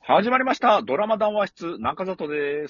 始まりました。ドラマ談話室、中里です。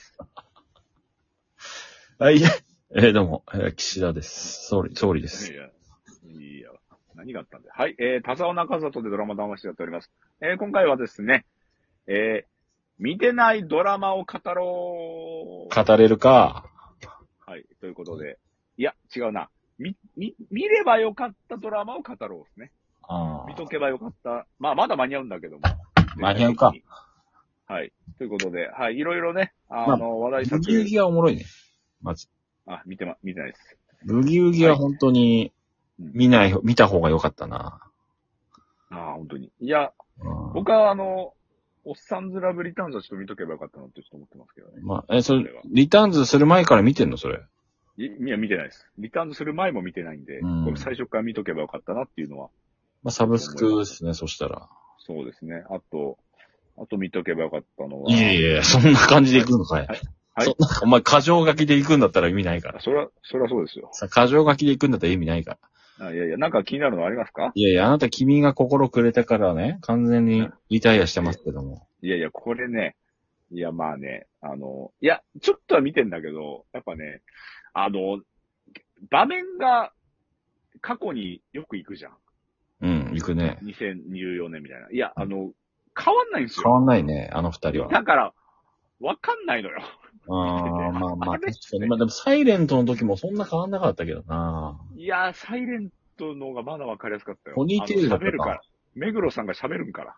はい。どうも、岸田です。総理です。 いや、何があったんだよ。はい。田沢中里でドラマ談話室やっております。今回はですね、見てないドラマを語ろ語れるか。 う。はい。ということで、いや、違うな。見ればよかったドラマを語ろうですね。見とけばよかった。まあ、まだ間に合うんだけども。 間に合うか。 はい。ということで、はい。いろいろね、話題ブギウギはおもろいね。まず。 見てないです。 ブギウギは本当に、見た方がよかったな。 本当に。いや、僕はおっさんずラブリターンズはちょっと見とけばよかったなってちょっと思ってますけどね。 まあ、それ、リターンズする前から見てんのそれ。 いや、見てないです。リターンズする前も見てないんで、これ最初から見とけばよかったなっていうのは。 まあ、サブスクですね、そしたら。 そうですね。あと見とけばよかったのは。 いや、そんな感じで行くのかい。はい。そんな、お前、過剰書きで行くんだったら意味ないから。 それはそうですよ。 過剰書きで行くんだったら意味ないから。 いや、なんか気になるのありますか？ いや、あなた君が心くれたからね、完全にリタイアしてますけども。 いや、これね、いや、まあね、いや、ちょっとは見てんだけど、やっぱね、場面が過去によく行くじゃん。 うん、行くね。 2024年みたいな。いや、変わんないんですよ。 変わんないね、あの二人は。 だから、わかんないのよ。 まあ、確かに。まあでも、サイレントの時もそんな変わんなかったけどな。 いやー、サイレントの方がまだわかりやすかったよ。 ポニーテールだったか。 喋るから。目黒さんが喋るんから。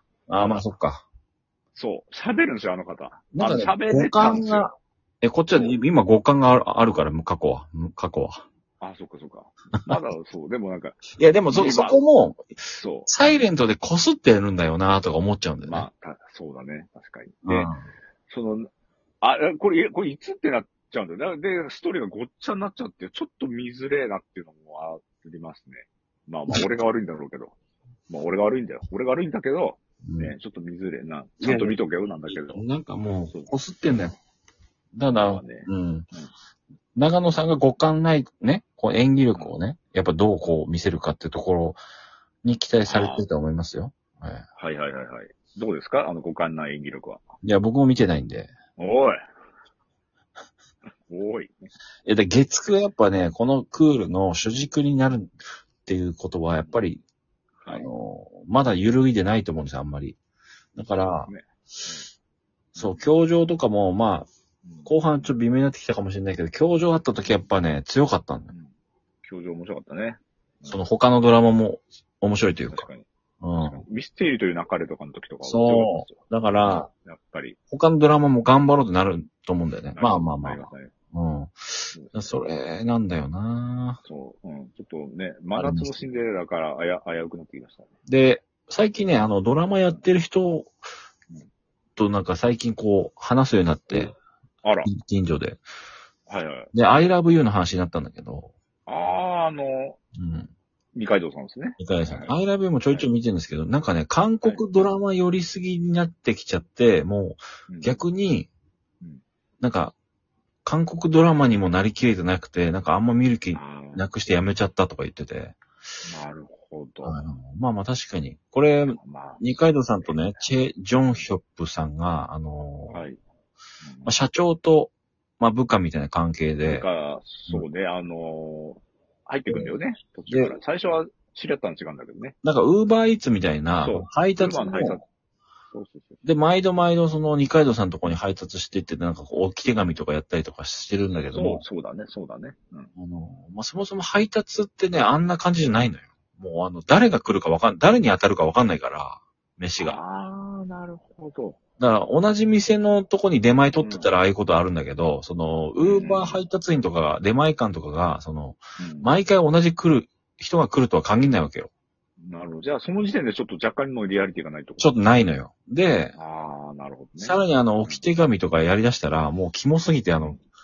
まあそっか。 そう。喋るんですよ、あの方。 なんかね、 喋れたんですよ。 こっちは今五感があるから、過去は。 そっか。まだそう、でもなんか。 いや、でもそこも、 そう。 サイレントでこすってるんだよなとか思っちゃうんだよね。 まあ、そうだね。確かに。で、これいつってなっちゃうんだよ。で、ストーリーがごっちゃになっちゃって、ちょっと見づれえなっていうのもありますね。まあ、俺が悪いんだろうけど。まあ、俺が悪いんだよ。俺が悪いんだけど、ね、ちょっと見づれえな。ちゃんと見とけよ、なんだけど。 なんかもう、こすってんだよ。ただ、長野さんが五感ないね、こう演技力をね、やっぱどうこう見せるかっていうところに期待されてると思いますよ。 はい。どうですか五感ない演技力は。 いや、僕も見てないんで。 おい。 月9はやっぱね、このクールの主軸になるっていうことは、やっぱり、まだ揺るいでないと思うんですよ、あんまり。だから、そう、教場とかも、まあ、後半ちょっと微妙になってきたかもしれないけど、教場あった時やっぱね、強かったんだよ。 教場面白かったね。 その他のドラマも面白いというか。 確かに。ミステリーという流れとかの時とかそう。だから、 やっぱり。 他のドラマも頑張ろうとなると思うんだよね。まあ。それなんだよな。 そう。ちょっとね、真夏のシンデレラから危うくなってきましたね。 で、最近ね、ドラマやってる人となんか最近こう、話すようになって、近所で。で、I love you の話になったんだけど。二階堂さんですね。二階堂さん。I love you もちょいちょい見てるんですけど、なんかね、韓国ドラマ寄りすぎになってきちゃって、もう、逆に、なんか、韓国ドラマにもなりきれてなくて、なんかあんま見る気なくしてやめちゃったとか言ってて。 なるほど。 まあ確かに。これ、二階堂さんとね、チェ・ジョンヒョップさんが、社長と、部下みたいな関係で。 そうね、入ってくんだよね。途中から。最初は知り合ったの違うんだけどね。 なんか、ウーバーイーツみたいな、配達の、で、毎度その二階堂さんのところに配達していって、なんかこう、置き手紙とかやったりとかしてるんだけども。 そうだね。 そもそも配達ってね、あんな感じじゃないのよ。もう誰が来るか誰に当たるかわかんないから、飯が。 なるほど。 だから、同じ店のとこに出前取ってたらああいうことあるんだけど、その、ウーバー配達員とかが、出前館とかが、毎回同じ人が来るとは限らないわけよ。 なるほど。じゃあ、その時点でちょっと若干のリアリティがないと。 ちょっとないのよ。で、 なるほどね。 さらに置き手紙とかやり出したら、もうキモすぎて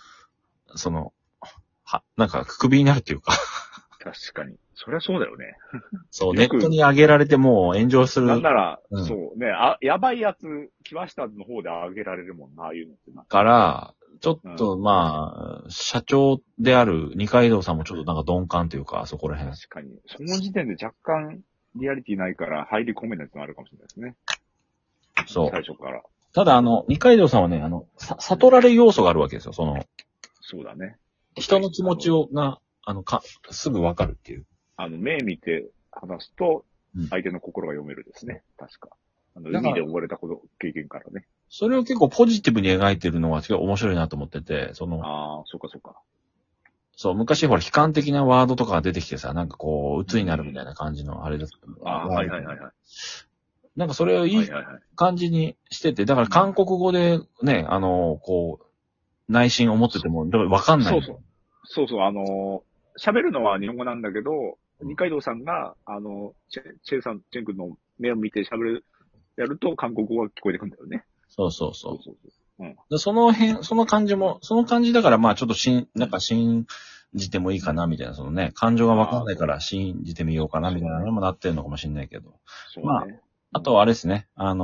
なんか、クビになるっていうか。 確かに。そりゃそうだよね。 そう、ネットに上げられてもう炎上する。 なんなら、そうね、やばいやつ来ましたの方で上げられるもんな、ああいうのってな。 から、ちょっと社長である二階堂さんもちょっとなんか鈍感というか、そこら辺。 確かに。その時点で若干リアリティないから入り込めないってのあるかもしれないですね。 そう。 最初から。 ただ二階堂さんはね、悟られ要素があるわけですよ。 そうだね。 人の気持ちが、すぐわかるっていう。 目見て話すとうん、 相手の心が読めるですね。確か。 だから海で溺れた経験からね。 それを結構ポジティブに描いてるのがすごい面白いなと思ってて、 ああ、そうかそうか。 そう、昔ほら悲観的なワードとかが出てきてさ、なんかこう、鬱になるみたいな感じのあれだった。 ああ、はいはいはいはい。 なんかそれをいいはいはいはい。 感じにしてて、だから韓国語でね、こう、内心思ってても、わかんない。 そうそう。そうそう、喋るのは日本語なんだけど、二階堂さんが、チェン君の目を見てやると韓国語が聞こえてくるんだよね。 そうそうそそうそうそう。うん。 う。でその感じだからまあちょっとなんか信じてもいいかなみたいな、感情がわかんないから信じてみようかなみたいなのにもなってるのかもしれないけど。 そうまあ、 ね。 あとはあれですね、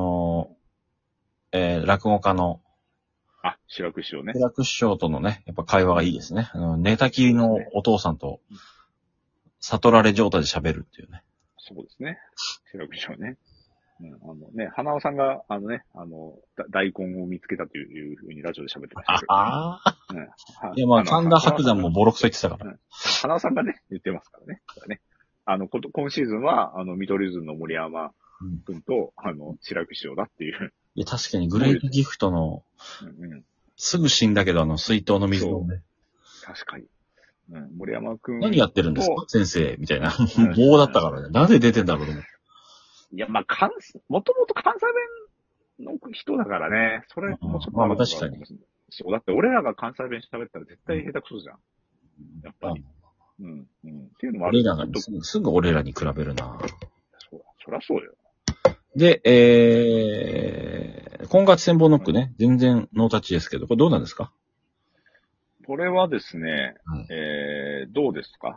落語家の、 志らく師匠ね。 志らく師匠とのね、やっぱ会話がいいですね。寝たきりのお父さんと、悟られ状態で喋るっていうね。 そうですね。志らく師匠ね。花尾さんが、大根を見つけたというふうにラジオで喋ってましたけど。 ああ。 うん。 いや、まあ、神田伯山もボロクソ言ってたから。 花尾さんがね、言ってますからね。今シーズンは、見取り図の森山君と、志らく師匠だっていう。 いや、確かにグレートギフトの、すぐ死んだけど、水筒の水をね。 確かに。森山君。 何やってるんですか先生みたいな。棒だったからね。なぜ出てんだろうと思う。 いや、まあ、もともと関西弁の人だからね。それもちょっと。 まあ、確かに。 そう、だって俺らが関西弁喋ったら絶対下手くそじゃん。やっぱり。っていうのもある。 すぐ俺らに比べるな。 そりゃそうよ。 で、婚活千本ノックね。全然ノータッチですけど、これどうなんですか？ これはですね、どうですか？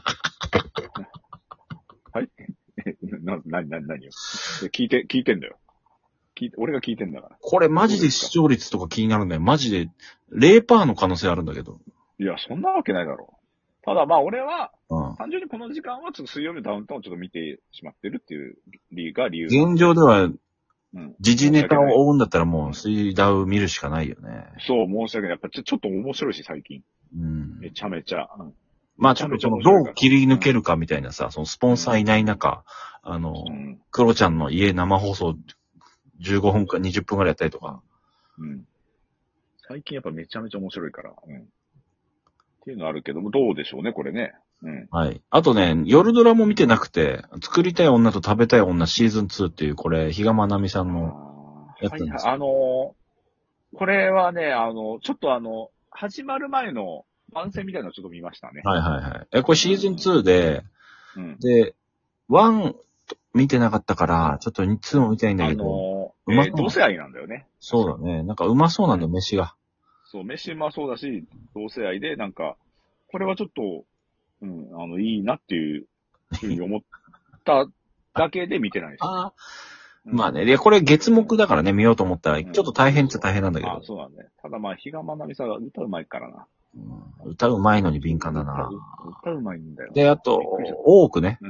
はい何よ。聞いてんだよ。俺が聞いてんだから。 これマジで視聴率とか気になるんだよ。マジで 0% の可能性あるんだけど。 いや、そんなわけないだろう。ただまあ俺は、単純にこの時間はちょっと水曜日のダウンタウンをちょっと見てしまってるっていう理由。 現状では、時事ネタを追うんだったらもう水ダウ見るしかないよね。 そう、申し訳ない。やっぱちょっと面白いし、最近。めちゃめちゃ。 まあちょっとどう切り抜けるかみたいなさ、そのスポンサーいない中、クロちゃんの家生放送15分か20分くらいやったりとか。最近やっぱめちゃめちゃ面白いから。っていうのあるけども、どうでしょうね、これね。 はい。あとね、夜ドラも見てなくて、作りたい女と食べたい女シーズン2っていう、これ、比嘉愛未さんのやつなんですよ。 これはね、ちょっと始まる前の番宣みたいなのをちょっと見ましたね。 はいはいはい。これシーズン2で、で、1見てなかったから、ちょっと2も見たいんだけど、 同性愛なんだよね。 そうだね。なんかうまそうなんだよ、飯が。 そう、飯うまそうだし、同性愛で、なんか、これはちょっと、いいなっていうふうに思っただけで見てないです。 まあね。で、これ月目だからね、見ようと思ったら、ちょっと大変っちゃ大変なんだけど。 そうだね。ただまあ、比嘉愛未さんが歌うまいからな。 歌うまいのに敏感だな。 歌うまいんだよ。 で、あと、多くね。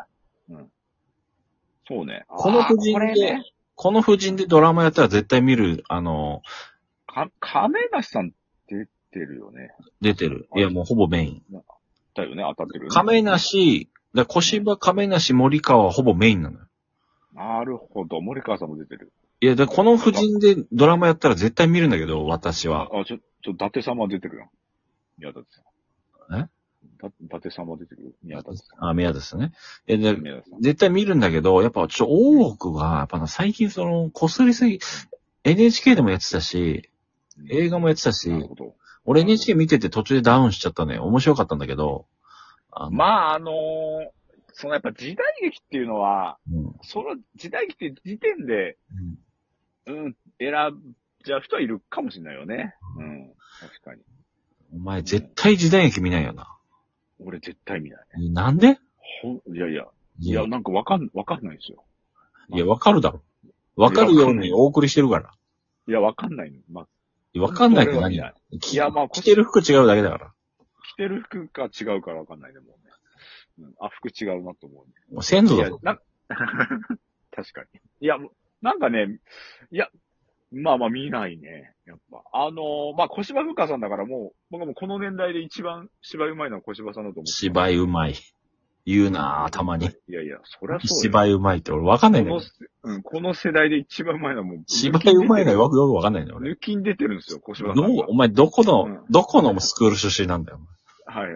そうね。 この夫人でドラマやったら絶対見る、 亀梨さん出てるよね。 出てる。いや、もうほぼメイン。 だよね、当たってる、ね。 亀梨、小芝、亀梨、森川はほぼメインなのよ。 なるほど。森川さんも出てる。 いや、この夫人でドラマやったら絶対見るんだけど、私は。 伊達様出てるよ。宮舘さん。 え伊達様出てるよ。宮舘さん。 宮舘ですね。絶対見るんだけど、やっぱ大奥が、やっぱ最近こすりすぎ、NHK でもやってたし、映画もやってたし、俺 NHK 見てて途中でダウンしちゃったのよ。面白かったんだけど。 まあ、やっぱ時代劇っていうのは、その時代劇って時点で、選んじゃう人はいるかもしれないよね。確かに。 お前絶対時代劇見ないよな。 俺絶対見ない。 なんで？ いや、なんかわかんないですよ。 いや、わかるだろ。わかるようにお送りしてるから。 いや、わかんないの。 わかんないって何？いや、まあ、着てる服違うだけだから。 着てる服が違うからわかんないね、もうね。服違うなと思う、 ね。先祖だぞ。 確かに。いや、なんかね、いや、 まあまあ見ないね。やっぱ。まあ小芝風花さんだから僕はもうこの年代で一番芝居うまいのは小芝さんだと思ってます。 芝居うまい。言うなぁ、たまに。 いやいや、そりゃそうよ。 芝居うまいって俺わかんないんだよ。 この世代で一番うまいのはもう、 芝居うまいのよくわかんないんだよ、俺。 抜きに出てるんですよ、小芝さんが。 お前どこのスクール出身なんだよ。 はいはい。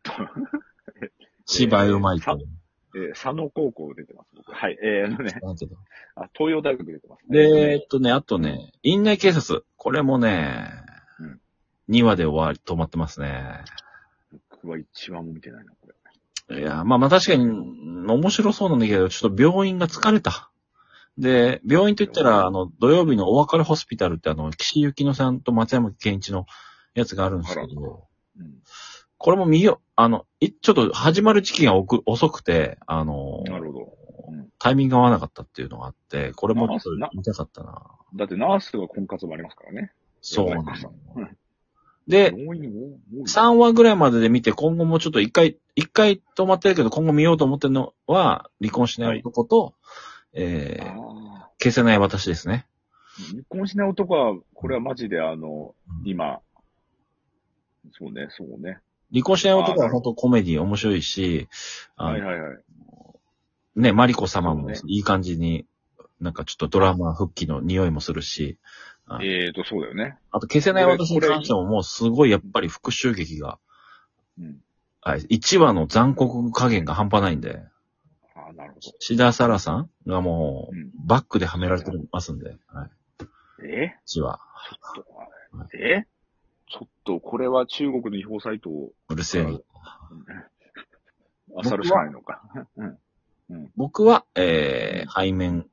芝居うまいって。 佐野高校出てます、僕。はい。 なんていうの東洋大学出てます、 ね。で、あとね、院内警察。これもね、2話で止まってますね。 僕は一番も見てないな、これ。 いや、まあ確かに面白そうなんだけど、ちょっと病院が疲れた。で、病院といったら、土曜日のお別れホスピタルって岸由紀乃さんと松山健一のやつがあるんですけど、これもちょっと始まる時期が遅くて、 なるほど。 タイミングが合わなかったっていうのがあって、これもちょっと見たかったな。 だってナースが婚活もありますからね。 そうなんだ。で、3話ぐらいまでで見て、今後もちょっと一回止まってるけど、今後見ようと思ってるのは、離婚しない男と、消せない私ですね。 離婚しない男は、これはマジで今、そうね。 離婚しない男は本当コメディ面白いし、ね、マリコ様もいい感じに、なんかちょっとドラマ復帰の匂いもするし、 そうだよね。 あと消せない私に関してももうすごいやっぱり復讐劇が、1話の残酷加減が半端ないんで、 なるほど。 志田沙羅さんがもう、バックではめられてますんで、1話。 ちょっと、これは中国の違法サイトを。 うるせえ。 漁るしかないのか。 僕は、背面